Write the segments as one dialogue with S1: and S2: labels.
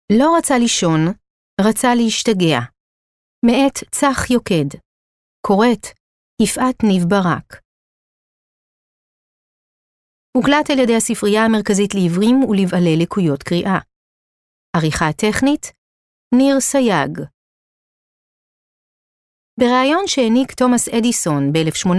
S1: לא רצה לישון, רצה להשתגע. מאת צח יוקד. קוראת יפעת ניב ברק. הוקלט על ידי הספרייה המרכזית לעיוורים ולבעלי לקויות קריאה. עריכה טכנית ניר סייג. בריאיון שהעניק תומאס אדיסון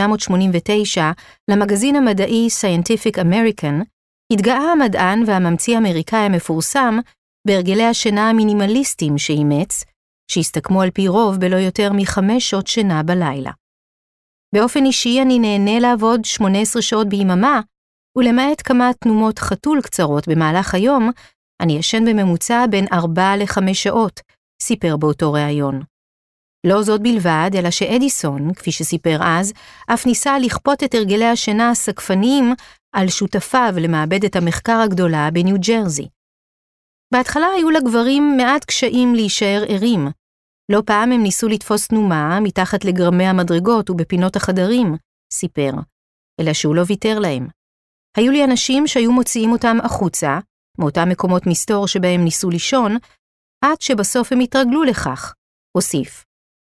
S1: ב-1889 למגזין המדעי Scientific American, התגאה המדען והממציא האמריקאי המפורסם בהרגלי השינה המינימליסטיים שאימץ, שהסתכמו על פי רוב בלא יותר מ5 שעות שינה בלילה. באופן אישי אני נהנה לעבוד 18 שעות ביממה, ולמעט כמה תנומות חתול קצרות במהלך היום, אני ישן בממוצע בין 4 ל5 שעות, סיפר באותו ראיון. לא זאת בלבד, אלא שאדיסון, כפי שסיפר אז, אף ניסה לכפות את הרגלי השינה הסקפניים על שותפיו למעבדת המחקר הגדולה בניו ג'רזי. בהתחלה היו לגברים מעט קשיים להישאר ערים. לא פעם הם ניסו לתפוס תנומה מתחת לגרמי המדרגות ובפינות החדרים, סיפר, אלא שהוא לא ויתר להם. היו לי אנשים שהיו מוציאים אותם החוצה, מאותם מקומות מסתור שבהם ניסו לישון, עד שבסוף הם התרגלו לכך, הוסיף.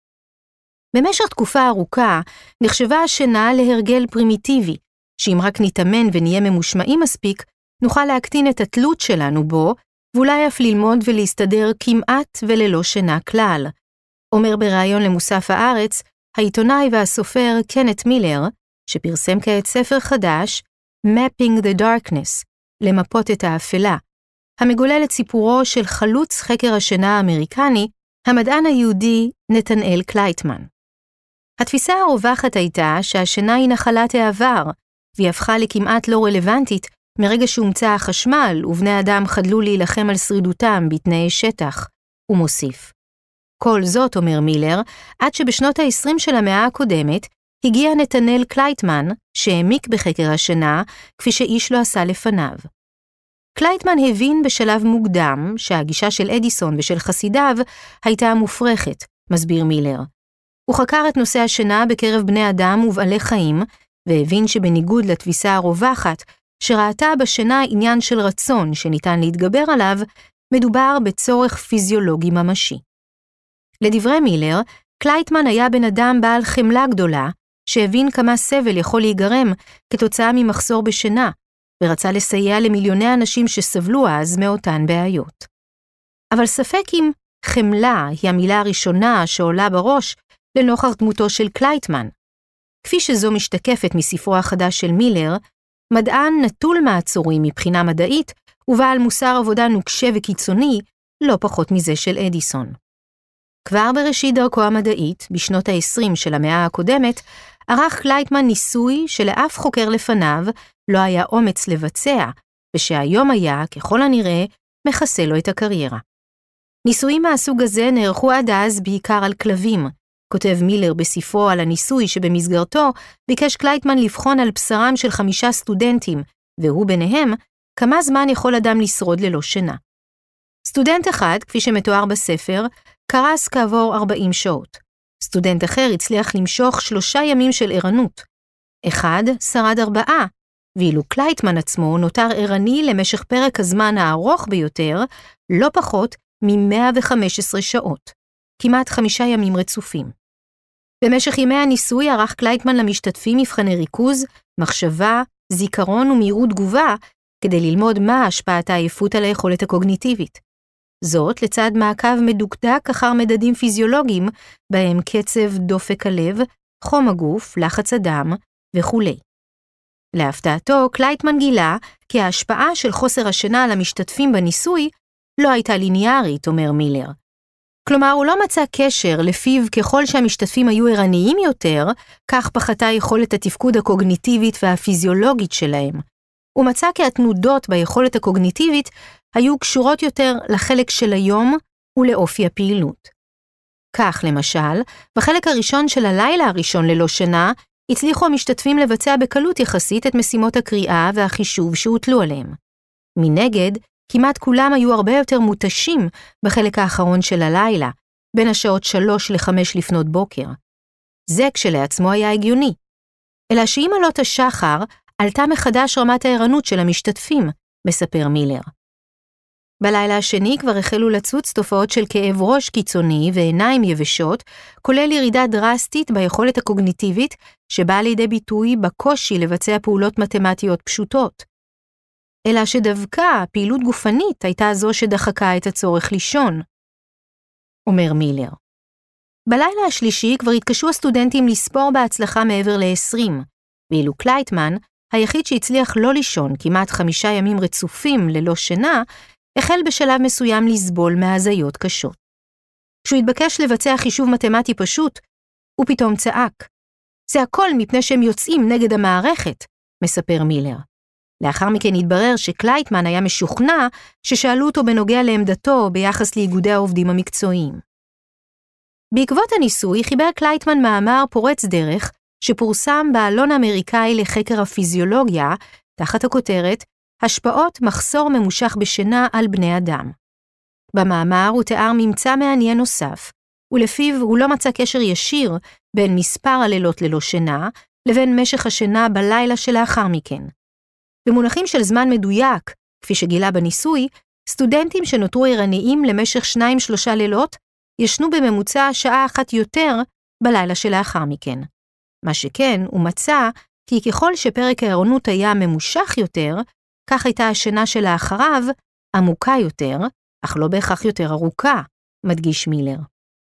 S1: במשך תקופה ארוכה נחשבה השינה להרגל פרימיטיבי, שאם רק נתאמן ונהיה ממושמעים מספיק, נוכל להקטין את התלות שלנו בו, ואולי אף ללמוד ולהסתדר כמעט וללא שינה כלל. אומר בריאיון למוסף הארץ, העיתונאי והסופר קנת מילר, שפרסם כעת ספר חדש, Mapping the Darkness, למפות את האפלה, המגולל את סיפורו של חלוץ חקר השינה האמריקני, המדען היהודי נתנאל קלייטמן. התפיסה הרווחת הייתה שהשינה היא נחלת העבר, והיא הפכה לכמעט לא רלוונטית מרגע שהומצא החשמל ובני אדם חדלו להילחם על שרידותם בתנאי שטח, הוא מוסיף. כל זאת, אומר מילר, עד שבשנות ה-20 של המאה הקודמת, הגיע נתנאל קלייטמן, שהעמיק בחקר השינה, כפי שאיש לא עשה לפניו. קלייטמן הבין בשלב מוקדם שהגישה של אדיסון ושל חסידיו הייתה מופרכת, מסביר מילר. הוא חקר את נושא השינה בקרב בני אדם ובעלי חיים, והבין שבניגוד לתפיסה הרווחת, שראתה בשינה עניין של רצון שניתן להתגבר עליו, מדובר בצורך פיזיולוגי ממשי. לדברי מילר, קלייטמן היה בן אדם בעל חמלה גדולה, שהבין כמה סבל יכול להיגרם כתוצאה ממחסור בשינה, ורצה לסייע למיליוני אנשים שסבלו אז מאותן בעיות. אבל ספק אם חמלה היא המילה הראשונה שעולה בראש לנוכח דמותו של קלייטמן. כפי שזו משתקפת מספרו החדש של מילר, מדען נטול מעצורים מבחינה מדעית ובעל מוסר עבודה נוקשה וקיצוני, לא פחות מזה של אדיסון. כבר בראשית דרכו המדעית, בשנות ה-20 של המאה הקודמת, ערך קלייטמן ניסוי שלאף חוקר לפניו לא היה אומץ לבצע, ושהיום היה, ככל הנראה, מכסה לו את הקריירה. ניסויים מהסוג הזה נערכו עד אז בעיקר על כלבים, כותב מילר בספרו על הניסוי שבמסגרתו ביקש קלייטמן לבחון על בשרם של 5 סטודנטים, והוא ביניהם, כמה זמן יכול אדם לשרוד ללא שינה. סטודנט אחד, כפי שמתואר בספר, קרס כעבור 40 שעות. סטודנט אחר הצליח למשוך 3 ימים של ערנות. אחד שרד 4, ואילו קלייטמן עצמו נותר ערני למשך פרק הזמן הארוך ביותר, לא פחות מ-115 שעות, כמעט 5 ימים רצופים. במשך ימי הניסוי ערך קלייטמן למשתתפים מבחני ריכוז, מחשבה, זיכרון ומהירות תגובה, כדי ללמוד מה השפעת העייפות על היכולת הקוגניטיבית. זאת לצד מעקב מדוקדק אחר מדדים פיזיולוגיים, בהם קצב דופק הלב, חום הגוף, לחץ הדם וכו'. להפתעתו, קלייטמן גילה כי ההשפעה של חוסר השינה על המשתתפים בניסוי לא הייתה ליניארית, אומר מילר. כלומר, הוא לא מצא קשר לפיו ככל שהמשתתפים היו ערניים יותר, כך פחתה יכולת התפקוד הקוגניטיבית והפיזיולוגית שלהם. הוא מצא כי התנודות ביכולת הקוגניטיבית היו קשורות יותר לחלק של היום ולאופי הפעילות. כך, למשל, בחלק הראשון של הלילה הראשון ללא שינה, הצליחו המשתתפים לבצע בקלות יחסית את משימות הקריאה והחישוב שהוטלו עליהם. מנגד, כמעט כולם היו הרבה יותר מותשים בחלק האחרון של הלילה, בין השעות 3 ל-5 לפנות בוקר. זה כשלעצמו היה הגיוני. אלא שעם עלות השחר, עלתה מחדש רמת הערנות של המשתתפים, מספר מילר. בלילה השני כבר החלו לצוץ תופעות של כאב ראש קיצוני ועיניים יבשות, כולל ירידה דרסטית ביכולת הקוגניטיבית שבאה לידי ביטוי בקושי לבצע פעולות מתמטיות פשוטות. אלא שדווקא פעילות גופנית הייתה זו שדחקה את הצורך לישון, אומר מילר. בלילה השלישי כבר התקשו הסטודנטים לספור בהצלחה מעבר ל-20, ואילו קלייטמן, היחיד שהצליח לא לישון כמעט 5 ימים רצופים ללא שינה, החל בשלב מסוים לסבול מהזיות קשות. כשהוא התבקש לבצע חישוב מתמטי פשוט, הוא פתאום צעק. זה הכל מפני שהם יוצאים נגד המערכת, מספר מילר. לאחר מכן התברר שקלייטמן היה משוכנע ששאלו אותו בנוגע לעמדתו ביחס לאיגודי העובדים המקצועיים. בעקבות הניסוי חיבר קלייטמן מאמר פורץ דרך שפורסם בעלון האמריקאי לחקר הפיזיולוגיה תחת הכותרת השפעות מחסור ממושך בשינה על בני אדם. במאמר הוא תיאר ממצא מעניין נוסף, ולפיו הוא לא מצא קשר ישיר בין מספר הלילות ללא שינה לבין משך השינה בלילה שלאחר מכן. במונחים של זמן מדויק, כפי שגילה בניסוי, סטודנטים שנותרו ערניים למשך 2-3 לילות ישנו בממוצע שעה אחת יותר בלילה שלאחר מכן. מה שכן, הוא מצא כי ככל שפרק הערנות היה ממושך יותר, כך הייתה השינה שלאחריו עמוקה יותר, אך לא בהכרח יותר ארוכה, מדגיש מילר.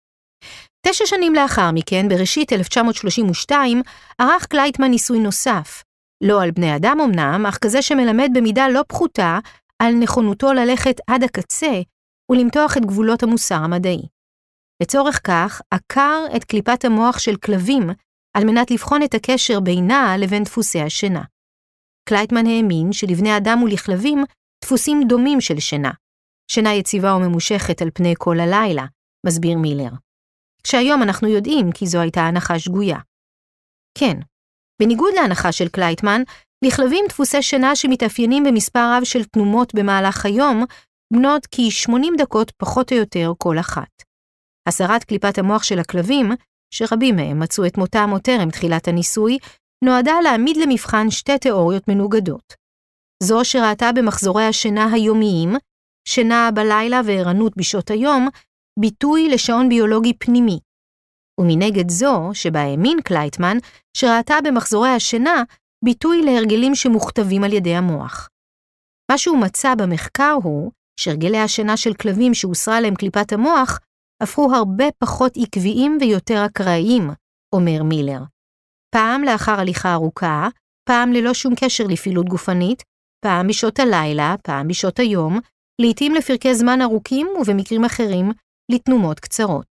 S1: 9 שנים לאחר מכן, בראשית 1932, ערך קלייטמן ניסוי נוסף, לא על בני אדם אמנם, אך כזה שמלמד במידה לא פחותה על נכונותו ללכת עד הקצה ולמתוח את גבולות המוסר המדעי. לצורך כך, עקר את קליפת המוח של כלבים על מנת לבחון את הקשר בינה לבין דפוסי השינה. קלייטמן האמין שלבני אדם ולכלבים דפוסים דומים של שינה, שינה יציבה וממושכת על פני כל הלילה, מסביר מילר. שהיום אנחנו יודעים כי זו הייתה הנחה שגויה. כן, בניגוד להנחה של קלייטמן, לכלבים דפוסי שינה שמתאפיינים במספר רב של תנומות במהלך היום, בנות כ-80 דקות פחות או יותר כל אחת. הסרת קליפת המוח של הכלבים, שרבים מהם מצאו את מותם או טרם תחילת הניסוי, נועדה להעמיד למבחן 2 תיאוריות מנוגדות. זו שראתה במחזורי השינה היומיים, שינה בלילה וערנות בשעות היום, ביטוי לשעון ביולוגי פנימי. ומנגד זו, שבה האמין קלייטמן, שראתה במחזורי השינה, ביטוי להרגלים שמוכתבים על ידי המוח. מה שהוא מצא במחקר הוא, שהרגלי השינה של כלבים שהוסרה להם קליפת המוח, הפכו הרבה פחות עקביים ויותר אקראיים, אומר מילר. פעם לאחר הליכה ארוכה, פעם ללא שום קשר לפעילות גופנית, פעם בשעות הלילה, פעם בשעות היום, לעתים לפרקי זמן ארוכים ובמקרים אחרים לתנומות קצרות.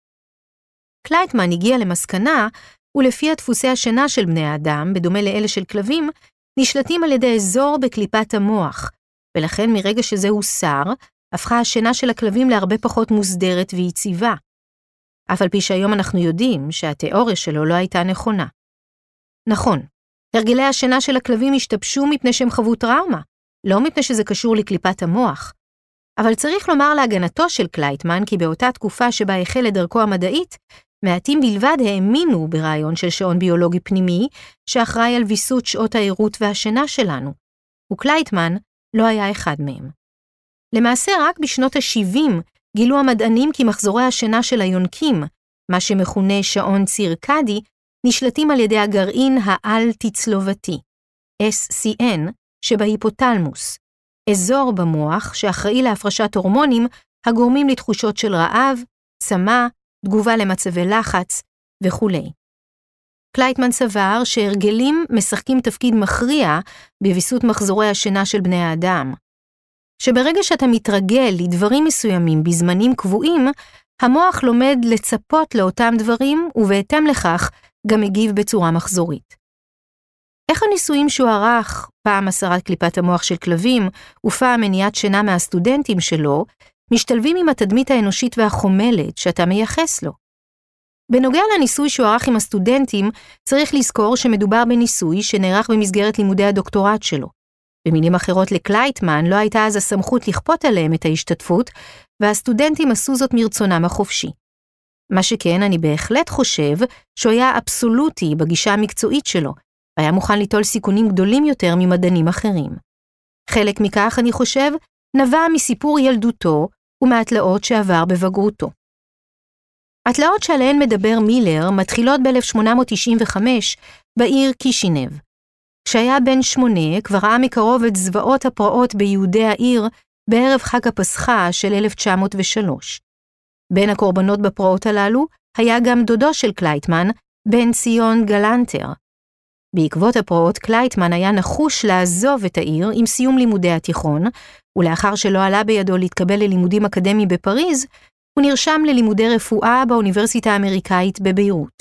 S1: קלייטמן הגיע למסקנה, ולפי דפוסי השינה של בני האדם, בדומה לאלה של כלבים, נשלטים על ידי אזור בקליפת המוח, ולכן מרגע שזה הוסר, הפכה השינה של הכלבים להרבה פחות מוסדרת ויציבה. אף על פי שהיום אנחנו יודעים שהתיאוריה שלו לא הייתה נכונה. נכון, הרגלי השינה של הכלבים השתבשו מפני שהם חוו טראומה, לא מפני שזה קשור לקליפת המוח. אבל צריך לומר להגנתו של קלייטמן כי באותה תקופה שבה החל לדרכו המדעית, מעטים בלבד האמינו ברעיון של שעון ביולוגי פנימי שאחראי על ויסות שעות העירות והשינה שלנו, וקלייטמן לא היה אחד מהם. למעשה רק בשנות ה-70 גילו המדענים כי מחזורי השינה של היונקים, מה שמכונה שעון צירקדי, נשלטים על ידי הגרעין העל-תצלובתי, SCN, שבהיפותלמוס, אזור במוח שאחראי להפרשת הורמונים הגורמים לתחושות של רעב, צמא, תגובה למצבי לחץ וכו'. קלייטמן סבר שהרגלים משחקים תפקיד מכריע בוויסות מחזורי השינה של בני האדם. שברגע שאתה מתרגל לדברים מסוימים בזמנים קבועים, המוח לומד לצפות לאותם דברים ובהתאם לכך גם מגיב בצורה מחזורית. איך הניסויים שהוא ערך, פעם הסרת קליפת המוח של כלבים ופעם מניעת שינה מהסטודנטים שלו, משתלבים עם התדמית האנושית והחומלת שאתה מייחס לו. בנוגע לניסוי שהוא ערך עם הסטודנטים, צריך לזכור שמדובר בניסוי שנערך במסגרת לימודי הדוקטורט שלו. במילים אחרות לקלייטמן לא הייתה אז הסמכות לכפות עליהם את ההשתתפות, והסטודנטים עשו זאת מרצונם החופשי. מה שכן, אני בהחלט חושב שהוא היה אבסולוטי בגישה המקצועית שלו, והיה מוכן ליטול סיכונים גדולים יותר ממדענים אחרים. חלק מכך, אני חושב, נבע מסיפור ילדותו ומהתלאות שעבר בבגרותו. התלאות שעליהן מדבר מילר מתחילות ב-1895 בעיר קישינב. כשהיה בן 8 כבר ראה מקרוב את זוועות הפרעות ביהודי העיר בערב חג הפסחה של 1903. בין הקורבנות בפרעות הללו היה גם דודו של קלייטמן, בן ציון גלנטר. בעקבות הפרעות קלייטמן היה נחוש לעזוב את העיר עם סיום לימודי התיכון, ולאחר שלא עלה בידו להתקבל ללימודים אקדמיים בפריז, הוא נרשם ללימודי רפואה באוניברסיטה האמריקאית בביירות.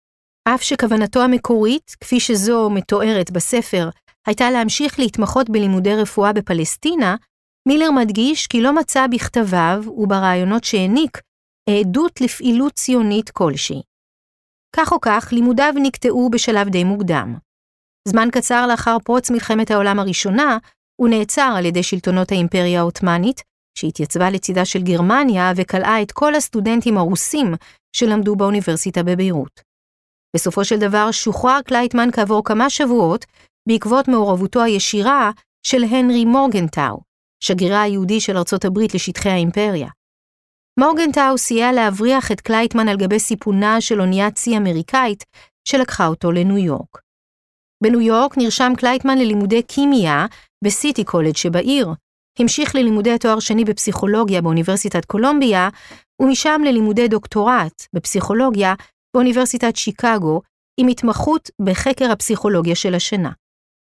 S1: אף שכוונתו המקורית, כפי שזו מתוארת בספר, הייתה להמשיך להתמחות בלימודי רפואה בפלסטינה, מילר מדגיש כי לא מצא בכתביו וברעיונות שהעניק עדות לפעילות ציונית כלשהי. כך או כך, לימודיו נקטעו בשלב די מוקדם. זמן קצר לאחר פרוץ מלחמת העולם הראשונה, הוא נעצר על ידי שלטונות האימפריה העות'מאנית, שהתייצבה לצידה של גרמניה וקלעה את כל הסטודנטים הרוסים שלמדו באוניברסיטה בביירות. בסופו של דבר שוחרר קלייטמן כעבור כמה שבועות בעקבות מעורבותו הישירה של הנרי מורגנטאו, שגרירה היהודי של ארצות הברית לשטחי האימפריה. מורגנטאו סייע להבריח את קלייטמן על גבי סיפונה של אוניית צי אמריקאית שלקחה אותו לניו יורק. בניו יורק נרשם קלייטמן ללימודי כימיה בסיטי קולג' שבעיר, המשיך ללימודי התואר שני בפסיכולוגיה באוניברסיטת קולומביה, ומשם ללימודי דוקטורט בפסיכולוגיה באוניברסיטת שיקגו, עם התמחות בחקר הפסיכולוגיה של השינה.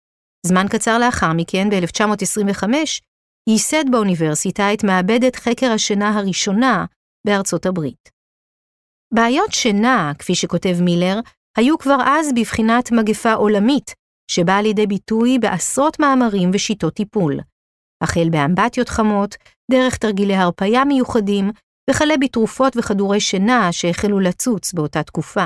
S1: זמן קצר לאחר מכן, ב-1925, ייסד באוניברסיטה את מעבדת חקר השינה הראשונה בארצות הברית. בעיות שינה, כפי שכותב מילר, היו כבר אז בבחינת מגפה עולמית, שבאה לידי ביטוי בעשרות מאמרים ושיטות טיפול, החל באמבטיות חמות, דרך תרגילי הרפיה מיוחדים, וכלה בתרופות וכדורי שינה שהחלו לצוץ באותה תקופה.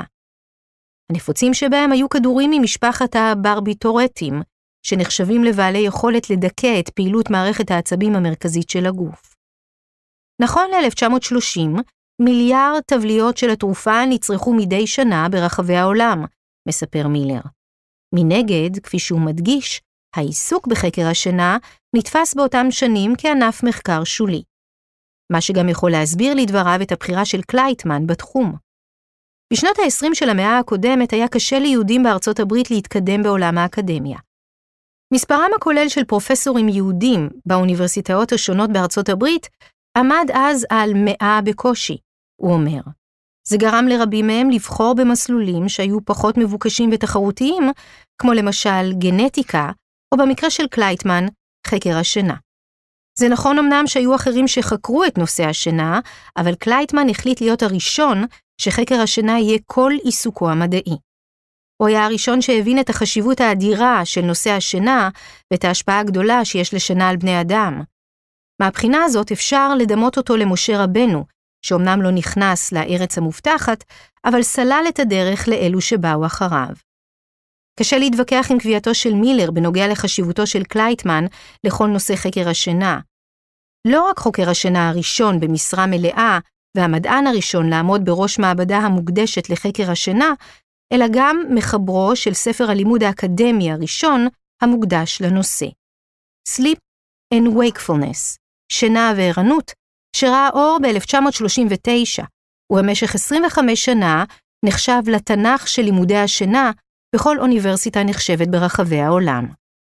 S1: הנפוצים שבהם היו כדורים ממשפחת הברביטורטים, שנחשבים לבעלי יכולת לדכא את פעילות מערכת העצבים המרכזית של הגוף. נכון ל-1930, מיליארד טבליות של התרופה נצרכו מדי שנה ברחבי העולם, מספר מילר. מנגד, כפי שהוא מדגיש, העיסוק בחקר השינה נתפס באותם שנים כענף מחקר שולי. מה שגם יכול להסביר לדבריו את הבחירה של קלייטמן בתחום. בשנות ה-20 של המאה הקודמת היה קשה ליהודים בארצות הברית להתקדם בעולם האקדמיה. מספרם הכולל של פרופסורים יהודים באוניברסיטאות השונות בארצות הברית עמד אז על 100 בקושי, הוא אומר. זה גרם לרבים מהם לבחור במסלולים שהיו פחות מבוקשים ותחרותיים, כמו למשל גנטיקה, או במקרה של קלייטמן, חקר השינה. זה נכון אמנם שהיו אחרים שחקרו את נושא השינה, אבל קלייטמן החליט להיות הראשון שחקר השינה יהיה כל עיסוקו המדעי. הוא היה הראשון שהבין את החשיבות האדירה של נושא השינה ואת ההשפעה הגדולה שיש לשינה על בני אדם. מהבחינה הזאת אפשר לדמות אותו למשה רבנו, שאומנם לא נכנס לארץ המובטחת, אבל סלל את הדרך לאלו שבאו אחריו. קשה להתווכח עם קביעתו של מילר בנוגע לחשיבותו של קלייטמן לכל נושא חקר השינה. לא רק חוקר השינה הראשון במשרה מלאה והמדען הראשון לעמוד בראש מעבדה המוקדשת לחקר השינה, אלא גם מחברו של ספר הלימוד האקדמי הראשון המוקדש לנושא. Sleep and Wakefulness, שינה וערנות, שראה אור ב-1939, ובמשך 25 שנה נחשב לתנ"ך של לימודי השינה בכל אוניברסיטה נחשבת ברחבי העולם.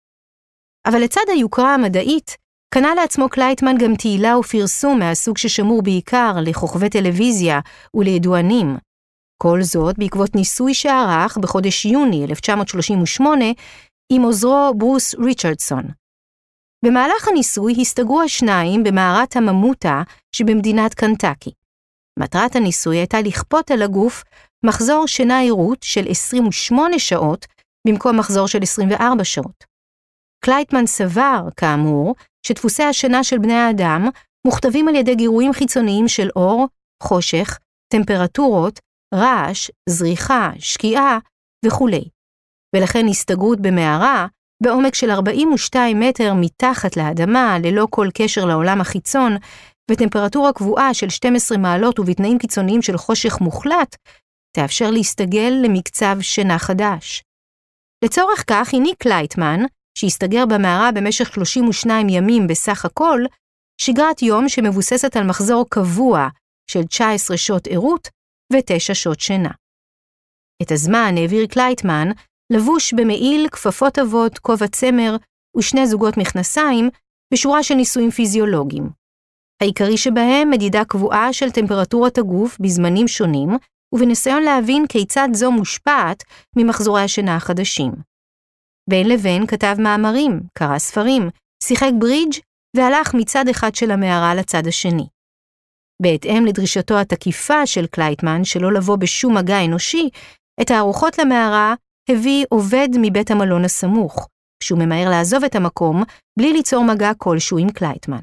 S1: אבל לצד היוקרה המדעית, קנה לעצמו קלייטמן גם תהילה ופרסום מהסוג ששמור בעיקר לכוכבי טלוויזיה ולידוענים. כל זאת בעקבות ניסוי שערך בחודש יוני 1938 עם עוזרו ברוס ריצ'רדסון. במהלך הניסוי הסתגרו השניים במערת הממותה שבמדינת קנטקי. מטרת הניסוי הייתה לכפות על הגוף מחזור שינה עירות של 28 שעות במקום מחזור של 24 שעות. קלייטמן סבר, כאמור, שדפוסי השינה של בני האדם מוכתבים על ידי גירויים חיצוניים של אור, חושך, טמפרטורות, רעש, זריחה, שקיעה וכו'. ולכן הסתגרות במערה, בעומק של 42 מטר מתחת לאדמה, ללא כל קשר לעולם החיצון, וטמפרטורה קבועה של 12 מעלות ובתנאים קיצוניים של חושך מוחלט, תאפשר להסתגל למקצב שינה חדש. לצורך כך, העניק קלייטמן, שהסתגר במערה במשך 32 ימים בסך הכל, שגרת יום שמבוססת על מחזור קבוע של 19 שעות עירות ו9 שעות שינה. את הזמן העביר קלייטמן לבוש במעיל, כפפות אבות, כובע צמר ושני זוגות מכנסיים בשורה של ניסויים פיזיולוגיים. העיקרי שבהם מדידה קבועה של טמפרטורת הגוף בזמנים שונים, ובניסיון להבין כיצד זו מושפעת ממחזורי השינה החדשים. בין לבין כתב מאמרים, קרא ספרים, שיחק ברידג' והלך מצד אחד של המערה לצד השני. בהתאם לדרישתו התקיפה של קלייטמן שלא לבוא בשום מגע אנושי, את הארוחות למערה הביא עובד מבית המלון הסמוך, כשהוא ממהר לעזוב את המקום בלי ליצור מגע כלשהו עם קלייטמן.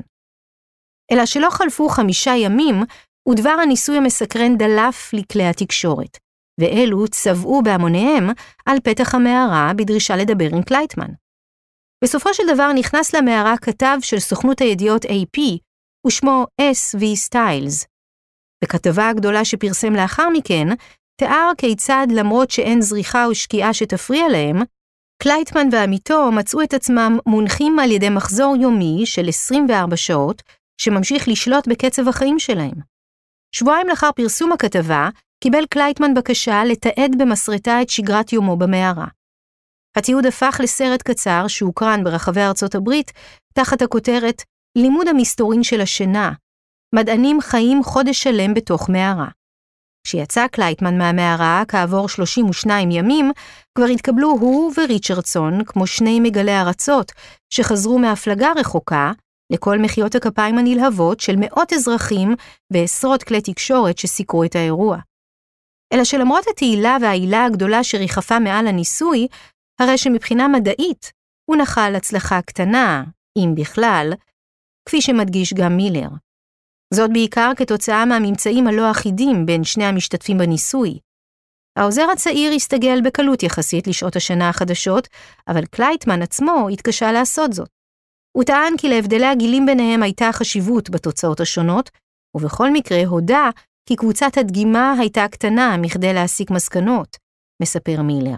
S1: אלא שלא חלפו 5 ימים, ודבר הניסוי המסקרן דלף לכלי התקשורת, ואלו צבעו בהמוניהם על פתח המערה בדרישה לדבר עם קלייטמן. בסופו של דבר נכנס למערה כתב של סוכנות הידיעות AP, ושמו S.V. סטיילס. בכתבה הגדולה שפרסם לאחר מכן, תיאר כיצד למרות שאין זריחה או שקיעה שתפריע להם, קלייטמן ועמיתו מצאו את עצמם מונחים על ידי מחזור יומי של 24 שעות, שממשיך לשלוט בקצב החיים שלהם. שבועיים לאחר פרסום הכתבה, קיבל קלייטמן בקשה לתעד במסרטה את שגרת יומו במערה. התיעוד הפך לסרט קצר שהוקרן ברחבי ארצות הברית, תחת הכותרת לימוד המסתורין של השינה, מדענים חיים חודש שלם בתוך מערה. כשיצא קלייטמן מהמערה כעבור 32 ימים, כבר התקבלו הוא וריצ'רדסון כמו שני מגלי ארצות שחזרו מהפלגה רחוקה לכל מחיאות הכפיים הנלהבות של מאות אזרחים ועשרות כלי תקשורת שסיקרו את האירוע. אלא שלמרות התהילה והעילה הגדולה שריחפה מעל הניסוי, הרי שמבחינה מדעית הוא נחל הצלחה קטנה, אם בכלל, כפי שמדגיש גם מילר. זאת בעיקר כתוצאה מהממצאים הלא אחידים בין שני המשתתפים בניסוי. העוזר הצעיר הסתגל בקלות יחסית לשעות השינה החדשות, אבל קלייטמן עצמו התקשה לעשות זאת. הוא טען כי להבדלי הגילים ביניהם הייתה חשיבות בתוצאות השונות, ובכל מקרה הודע כי קבוצת הדגימה הייתה קטנה מכדי להסיק מסקנות, מספר מילר.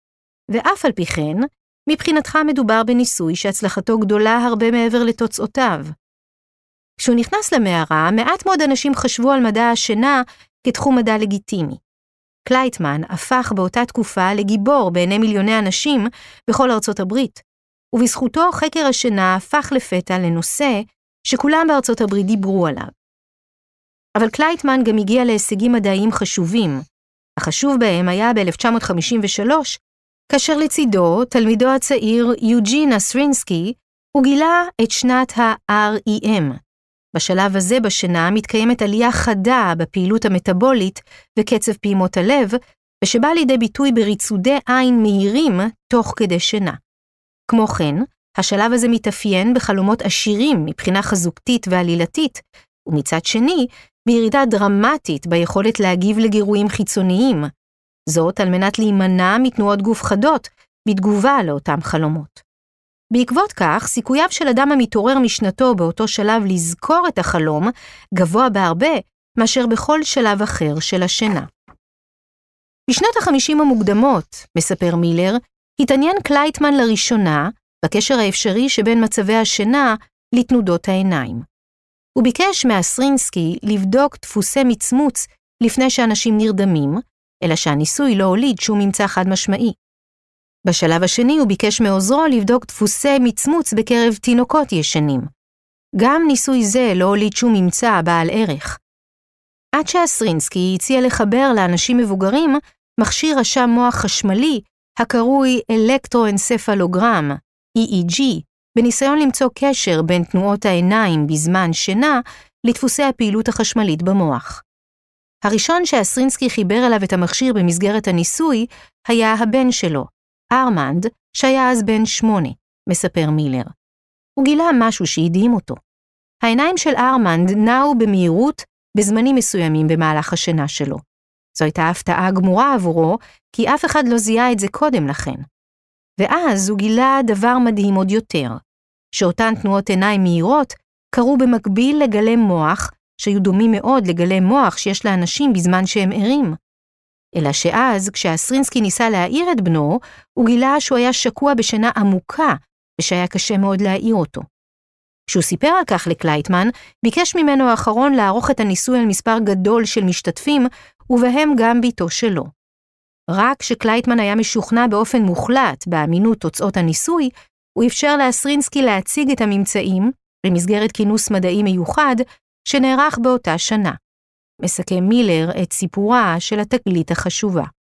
S1: ואף על פי כן, מבחינתך מדובר בניסוי שהצלחתו גדולה הרבה מעבר לתוצאותיו. כשהוא נכנס למערה, מעט מאוד אנשים חשבו על מדע השינה כתחום מדע לגיטימי. קלייטמן הפך באותה תקופה לגיבור בעיני מיליוני אנשים בכל ארצות הברית, ובזכותו חקר השינה הפך לפתע לנושא שכולם בארצות הברית דיברו עליו. אבל קלייטמן גם הגיע להישגים מדעיים חשובים. החשוב בהם היה ב-1953, כאשר לצידו תלמידו הצעיר יוג'ין אסרינסקי, הוא גילה את שנת ה-REM. בשלב הזה בשינה מתקיימת עלייה חדה בפעילות המטאבולית וקצב פעימות הלב, ושבא לידי ביטוי בריצודי עין מהירים תוך כדי שינה. כמו כן, השלב הזה מתאפיין בחלומות עשירים מבחינה חזוקתית ועלילתית, ומצד שני, בירידה דרמטית ביכולת להגיב לגירויים חיצוניים, זאת על מנת להימנע מתנועות גוף חדות בתגובה לאותם חלומות. בעקבות כך, סיכוייו של אדם המתעורר משנתו באותו שלב לזכור את החלום גבוה בהרבה מאשר בכל שלב אחר של השינה. בשנות ה-50 המוקדמות, מספר מילר, התעניין קלייטמן לראשונה בקשר האפשרי שבין מצבי השינה לתנודות העיניים. הוא ביקש מאסרינסקי לבדוק דפוסי מצמוץ לפני שאנשים נרדמים, אלא שהניסוי לא הוליד שום ממצא חד משמעי. בשלב השני הוא ביקש מעוזרו לבדוק דפוסי מצמוץ בקרב תינוקות ישנים. גם ניסוי זה לא הוליד שום ממצא בעל ערך. עד שאסרינסקי הציע לחבר לאנשים מבוגרים מכשיר רשם מוח חשמלי הקרוי אלקטרואנספלוגרם, EEG, בניסיון למצוא קשר בין תנועות העיניים בזמן שינה לדפוסי הפעילות החשמלית במוח. הראשון שאסרינסקי חיבר אליו את המכשיר במסגרת הניסוי היה הבן שלו, ארמנד, שהיה אז בן 8, מספר מילר. הוא גילה משהו שהדהים אותו. העיניים של ארמנד נעו במהירות בזמנים מסוימים במהלך השינה שלו. זו הייתה הפתעה גמורה עבורו, כי אף אחד לא זיהה את זה קודם לכן. ואז הוא גילה דבר מדהים עוד יותר, שאותן תנועות עיניים מהירות קרו במקביל לגלי מוח, שהיו דומים מאוד לגלי מוח שיש לאנשים בזמן שהם ערים. אלא שאז, כשאסרינסקי ניסה להעיר את בנו, הוא גילה שהוא היה שקוע בשינה עמוקה, ושהיה קשה מאוד להעיר אותו. כשהוא סיפר על כך לקלייטמן, ביקש ממנו האחרון לערוך את הניסוי על מספר גדול של משתתפים, ובהם גם ביתו שלו. רק כשקלייטמן היה משוכנע באופן מוחלט באמינות תוצאות הניסוי, הוא אפשר לאסרינסקי להציג את הממצאים במסגרת כינוס מדעי מיוחד שנערך באותה שנה. מסכם מילר את סיפורה של התגלית החשובה.